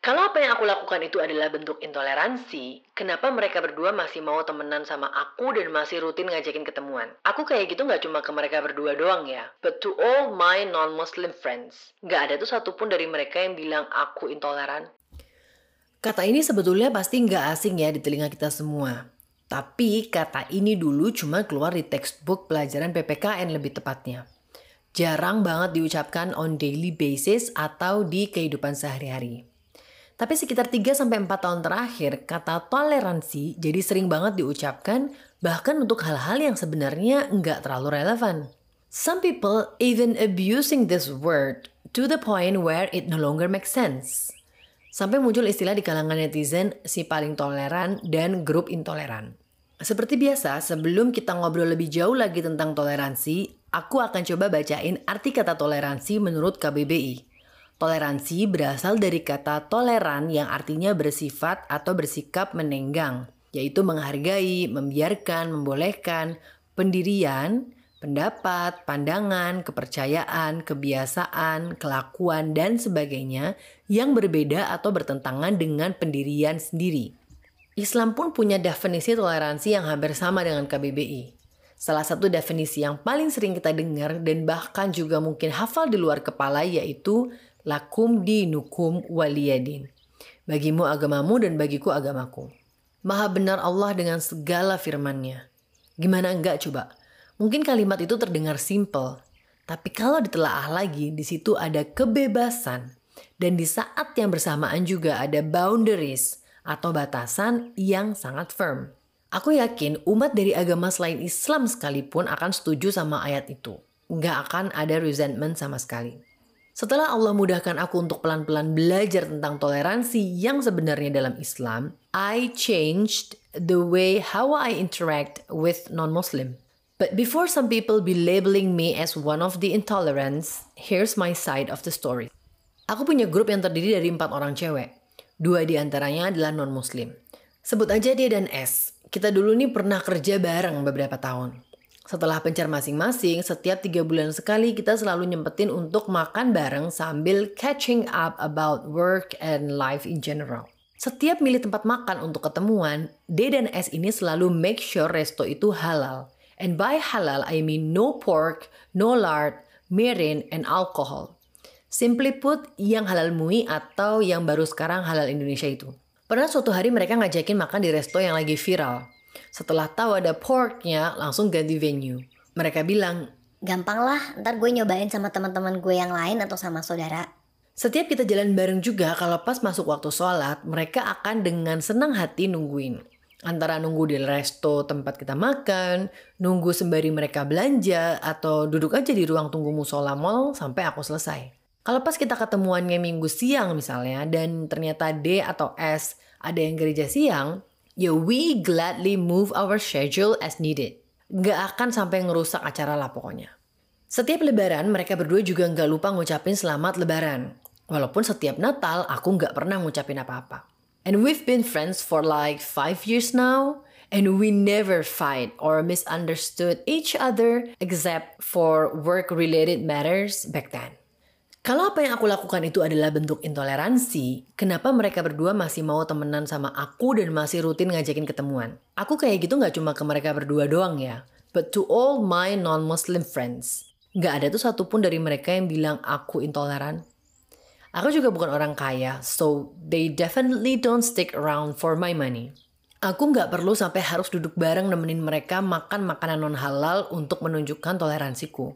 Kalau apa yang aku lakukan itu adalah bentuk intoleransi, kenapa mereka berdua masih mau temenan sama aku dan masih rutin ngajakin ketemuan? Aku kayak gitu nggak cuma ke mereka berdua doang ya, but to all my non-Muslim friends. Nggak ada tuh satupun dari mereka yang bilang aku intoleran. Kata ini sebetulnya pasti nggak asing ya di telinga kita semua. Tapi kata ini dulu cuma keluar di textbook pelajaran PPKN lebih tepatnya. Jarang banget diucapkan on daily basis atau di kehidupan sehari-hari. Tapi sekitar 3-4 tahun terakhir, kata toleransi jadi sering banget diucapkan bahkan untuk hal-hal yang sebenarnya nggak terlalu relevan. Some people even abusing this word to the point where it no longer makes sense. Sampai muncul istilah di kalangan netizen si paling toleran dan grup intoleran. Seperti biasa, sebelum kita ngobrol lebih jauh lagi tentang toleransi, aku akan coba bacain arti kata toleransi menurut KBBI. Toleransi berasal dari kata toleran yang artinya bersifat atau bersikap menenggang, yaitu menghargai, membiarkan, membolehkan, pendirian, pendapat, pandangan, kepercayaan, kebiasaan, kelakuan, dan sebagainya yang berbeda atau bertentangan dengan pendirian sendiri. Islam pun punya definisi toleransi yang hampir sama dengan KBBI. Salah satu definisi yang paling sering kita dengar dan bahkan juga mungkin hafal di luar kepala yaitu lakum dinukum waliyadin. Bagimu agamamu dan bagiku agamaku. Maha benar Allah dengan segala firman-Nya. Gimana enggak coba? Mungkin kalimat itu terdengar simple, tapi kalau ditelaah lagi, di situ ada kebebasan. Dan di saat yang bersamaan juga ada boundaries atau batasan yang sangat firm. Aku yakin umat dari agama selain Islam sekalipun akan setuju sama ayat itu. Nggak akan ada resentment sama sekali. Setelah Allah mudahkan aku untuk pelan-pelan belajar tentang toleransi yang sebenarnya dalam Islam, I changed the way how I interact with non-Muslim. But before some people be labeling me as one of the intolerants, here's my side of the story. Aku punya grup yang terdiri dari 4 orang cewek. 2 di antaranya adalah non-Muslim. Sebut aja D dan S. Kita dulu nih pernah kerja bareng beberapa tahun. Setelah pencar masing-masing, setiap 3 bulan sekali kita selalu nyempetin untuk makan bareng sambil catching up about work and life in general. Setiap milih tempat makan untuk ketemuan, D dan S ini selalu make sure resto itu halal. And by halal, I mean no pork, no lard, mirin, and alcohol. Simply put, yang halal MUI atau yang baru sekarang halal Indonesia itu. Pernah suatu hari mereka ngajakin makan di resto yang lagi viral. Setelah tahu ada porknya, langsung ganti venue. Mereka bilang, Gampang lah, ntar gue nyobain sama teman-teman gue yang lain atau sama saudara. setiap kita jalan bareng juga, kalau pas masuk waktu sholat, mereka akan dengan senang hati nungguin. Antara nunggu di resto tempat kita makan, nunggu sembari mereka belanja, atau duduk aja di ruang tunggu musola mall sampai aku selesai. Kalau pas kita ketemuannya minggu siang misalnya, dan ternyata D atau S ada yang gereja siang, ya we gladly move our schedule as needed. Nggak akan sampai ngerusak acara lah pokoknya. Setiap lebaran mereka berdua juga nggak lupa ngucapin selamat lebaran. Walaupun setiap Natal aku nggak pernah ngucapin apa-apa. And we've been friends for like 5 years now. And we never fight or misunderstood each other except for work-related matters back then. Kalau apa yang aku lakukan itu adalah bentuk intoleransi, kenapa mereka berdua masih mau temenan sama aku dan masih rutin ngajakin ketemuan? Aku kayak gitu gak cuma ke mereka berdua doang ya, but to all my non-Muslim friends. Gak ada tuh satupun dari mereka yang bilang aku intoleran. Aku juga bukan orang kaya, so they definitely don't stick around for my money. Aku gak perlu sampai harus duduk bareng nemenin mereka makan makanan non-halal untuk menunjukkan toleransiku.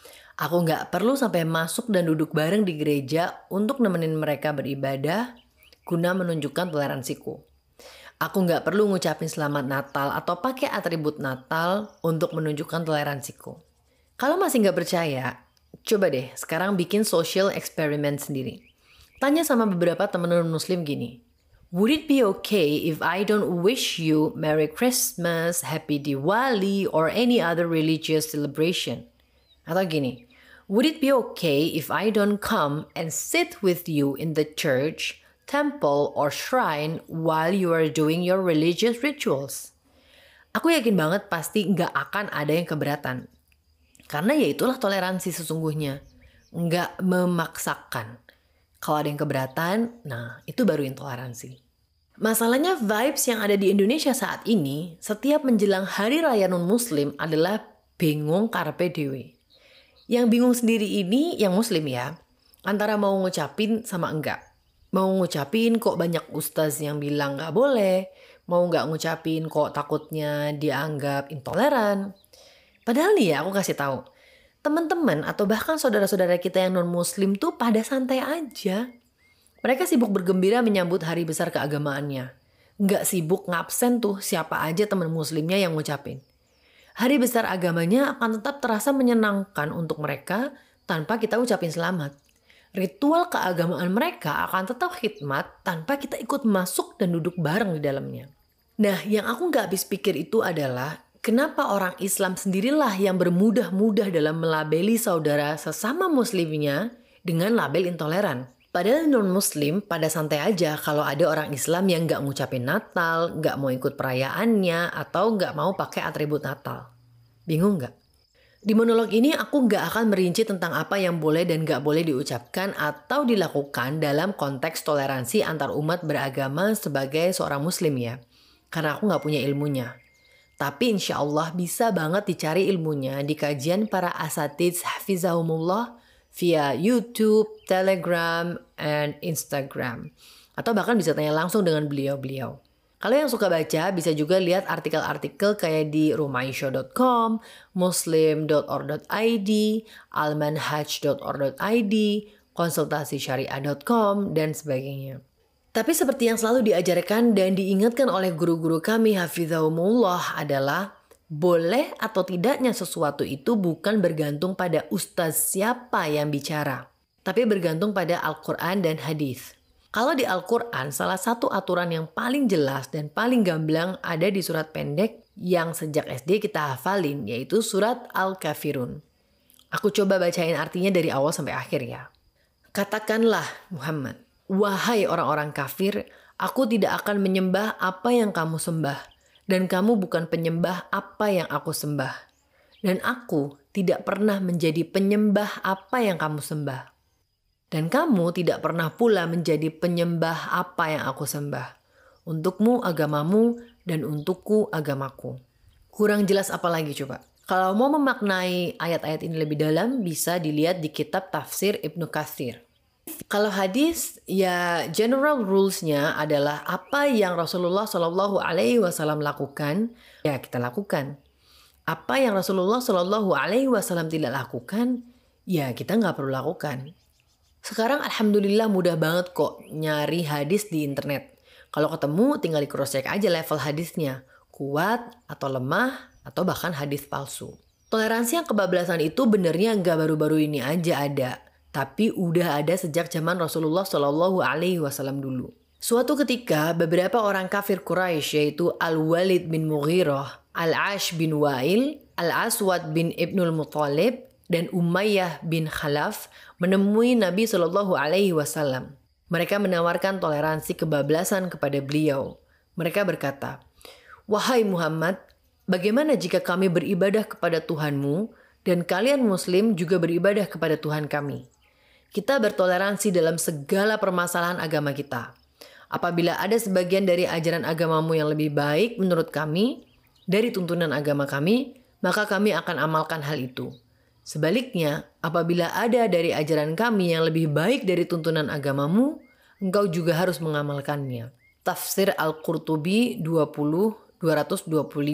Aku nggak perlu sampai masuk dan duduk bareng di gereja untuk nemenin mereka beribadah guna menunjukkan toleransiku. Aku nggak perlu ngucapin selamat Natal atau pakai atribut Natal untuk menunjukkan toleransiku. Kalau masih nggak percaya, coba deh sekarang bikin social experiment sendiri. Tanya sama beberapa temen non-Muslim gini, would it be okay if I don't wish you Merry Christmas, Happy Diwali, or any other religious celebration? Atau gini, would it be okay if I don't come and sit with you in the church, temple, or shrine while you are doing your religious rituals? Aku yakin banget pasti nggak akan ada yang keberatan. Karena ya itulah toleransi sesungguhnya. Nggak memaksakan. Kalau ada yang keberatan, nah itu baru intoleransi. Masalahnya vibes yang ada di Indonesia saat ini, setiap menjelang hari raya non-muslim adalah bingung karpe dewe. Yang bingung sendiri ini yang muslim ya, antara mau ngucapin sama enggak. Mau ngucapin kok banyak ustaz yang bilang gak boleh, mau gak ngucapin kok takutnya dianggap intoleran. Padahal nih ya aku kasih tahu, teman-teman atau bahkan saudara-saudara kita yang non-muslim tuh pada santai aja. Mereka sibuk bergembira menyambut hari besar keagamaannya. Nggak sibuk ngabsen tuh siapa aja teman muslimnya yang ngucapin. Hari besar agamanya akan tetap terasa menyenangkan untuk mereka tanpa kita ucapin selamat. Ritual keagamaan mereka akan tetap khidmat tanpa kita ikut masuk dan duduk bareng di dalamnya. Nah, yang aku nggak habis pikir itu adalah kenapa orang Islam sendirilah yang bermudah-mudah dalam melabeli saudara sesama muslimnya dengan label intoleran. Padahal non-muslim pada santai aja kalau ada orang Islam yang nggak ngucapin Natal, nggak mau ikut perayaannya, atau nggak mau pakai atribut Natal. Bingung nggak? Di monolog ini aku nggak akan merinci tentang apa yang boleh dan nggak boleh diucapkan atau dilakukan dalam konteks toleransi antar umat beragama sebagai seorang muslim ya. Karena aku nggak punya ilmunya. Tapi insya Allah bisa banget dicari ilmunya di kajian para asatiz hafizahumullah via YouTube, Telegram, and Instagram. Atau bahkan bisa tanya langsung dengan beliau-beliau. Kalau yang suka baca bisa juga lihat artikel-artikel kayak di rumaisho.com, muslim.or.id, almanhaj.or.id, konsultasisyariah.com, dan sebagainya. Tapi seperti yang selalu diajarkan dan diingatkan oleh guru-guru kami hafizahumullah adalah boleh atau tidaknya sesuatu itu bukan bergantung pada ustaz siapa yang bicara, tapi bergantung pada Al-Quran dan hadis. Kalau di Al-Quran, salah satu aturan yang paling jelas dan paling gamblang ada di surat pendek yang sejak SD kita hafalin, yaitu surat Al-Kafirun. Aku coba bacain artinya dari awal sampai akhir ya. Katakanlah Muhammad, wahai orang-orang kafir, aku tidak akan menyembah apa yang kamu sembah. Dan kamu bukan penyembah apa yang aku sembah. Dan aku tidak pernah menjadi penyembah apa yang kamu sembah. Dan kamu tidak pernah pula menjadi penyembah apa yang aku sembah. Untukmu agamamu dan untukku agamaku. Kurang jelas apa lagi coba? Kalau mau memaknai ayat-ayat ini lebih dalam bisa dilihat di kitab tafsir Ibnu Katsir. Kalau hadis, ya general rules-nya adalah apa yang Rasulullah Shallallahu Alaihi Wasallam lakukan, ya kita lakukan. Apa yang Rasulullah Shallallahu Alaihi Wasallam tidak lakukan, ya kita nggak perlu lakukan. Sekarang alhamdulillah mudah banget kok nyari hadis di internet. Kalau ketemu tinggal di cross check aja level hadisnya, kuat atau lemah atau bahkan hadis palsu. Toleransi yang kebablasan itu benernya nggak baru-baru ini aja ada. Tapi udah ada sejak zaman Rasulullah Shallallahu Alaihi Wasallam dulu. Suatu ketika beberapa orang kafir Quraisy yaitu Al-Walid bin Mughirah, Al-Ash bin Wa'il, Al-Aswad bin Ibnul Muttalib, dan Umayyah bin Khalaf menemui Nabi Shallallahu Alaihi Wasallam. Mereka menawarkan toleransi kebablasan kepada beliau. Mereka berkata, wahai Muhammad, bagaimana jika kami beribadah kepada Tuhanmu dan kalian Muslim juga beribadah kepada Tuhan kami? Kita bertoleransi dalam segala permasalahan agama kita. Apabila ada sebagian dari ajaran agamamu yang lebih baik menurut kami, dari tuntunan agama kami, maka kami akan amalkan hal itu. Sebaliknya, apabila ada dari ajaran kami yang lebih baik dari tuntunan agamamu, engkau juga harus mengamalkannya. Tafsir Al-Qurtubi 20-225.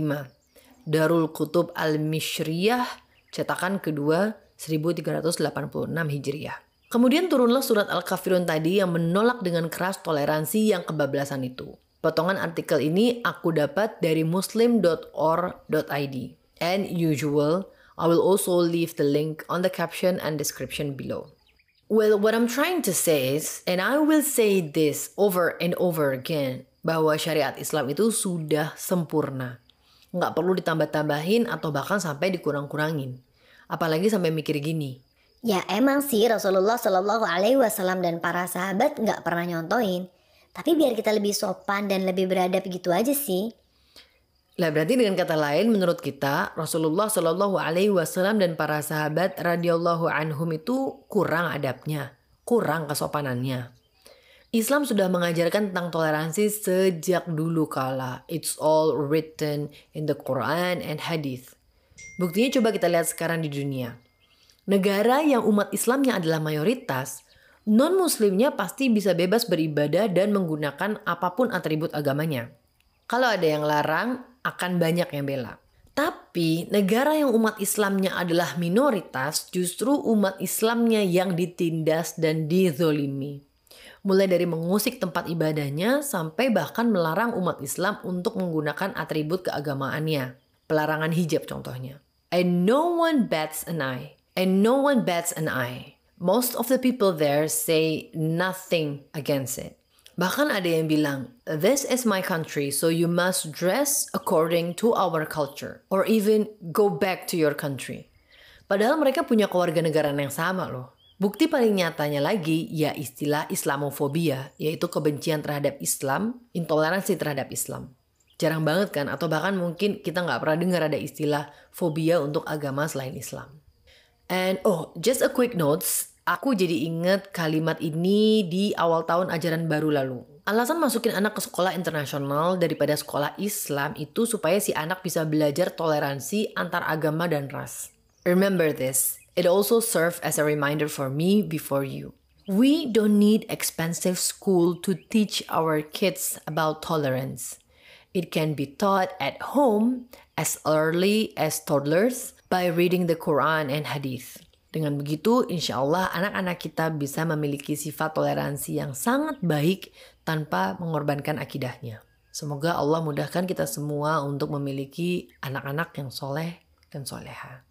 Darul Kutub Al-Mishriyah, cetakan kedua 1386 Hijriah. Kemudian turunlah surat Al-Kafirun tadi yang menolak dengan keras toleransi yang kebablasan itu. Potongan artikel ini aku dapat dari muslim.or.id. And usual, I will also leave the link on the caption and description below. Well, what I'm trying to say is, and I will say this over and over again, bahwa syariat Islam itu sudah sempurna. Nggak perlu ditambah-tambahin atau bahkan sampai dikurang-kurangin. Apalagi sampai mikir gini. Ya emang sih Rasulullah Shallallahu Alaihi Wasallam dan para sahabat nggak pernah nyontoin. Tapi biar kita lebih sopan dan lebih beradab gitu aja sih. Lah berarti dengan kata lain menurut kita Rasulullah Shallallahu Alaihi Wasallam dan para sahabat radhiyallahu anhum itu kurang adabnya, kurang kesopanannya. Islam sudah mengajarkan tentang toleransi sejak dulu kala. It's all written in the Quran and Hadith. Buktinya coba kita lihat sekarang di dunia. Negara yang umat Islamnya adalah mayoritas, non-muslimnya pasti bisa bebas beribadah dan menggunakan apapun atribut agamanya. Kalau ada yang larang, akan banyak yang bela. Tapi negara yang umat Islamnya adalah minoritas, justru umat Islamnya yang ditindas dan dizolimi. Mulai dari mengusik tempat ibadahnya sampai bahkan melarang umat Islam untuk menggunakan atribut keagamaannya. Pelarangan hijab contohnya. And no one bats an eye. Most of the people there say nothing against it. Bahkan ada yang bilang, this is my country, so you must dress according to our culture. Or even go back to your country. Padahal mereka punya kewarganegaraan yang sama loh. Bukti paling nyatanya lagi ya istilah Islamofobia, yaitu kebencian terhadap Islam, intoleransi terhadap Islam. Jarang banget kan, atau bahkan mungkin kita nggak pernah dengar ada istilah fobia untuk agama selain Islam. And just a quick notes, aku jadi inget kalimat ini di awal tahun ajaran baru lalu. Alasan masukin anak ke sekolah internasional daripada sekolah Islam itu supaya si anak bisa belajar toleransi antar agama dan ras. Remember this. It also serves as a reminder for me before you. We don't need expensive school to teach our kids about tolerance. It can be taught at home as early as toddlers by reading the Quran and Hadith. Dengan begitu, insya Allah anak-anak kita bisa memiliki sifat toleransi yang sangat baik tanpa mengorbankan akidahnya. Semoga Allah mudahkan kita semua untuk memiliki anak-anak yang soleh dan soleha.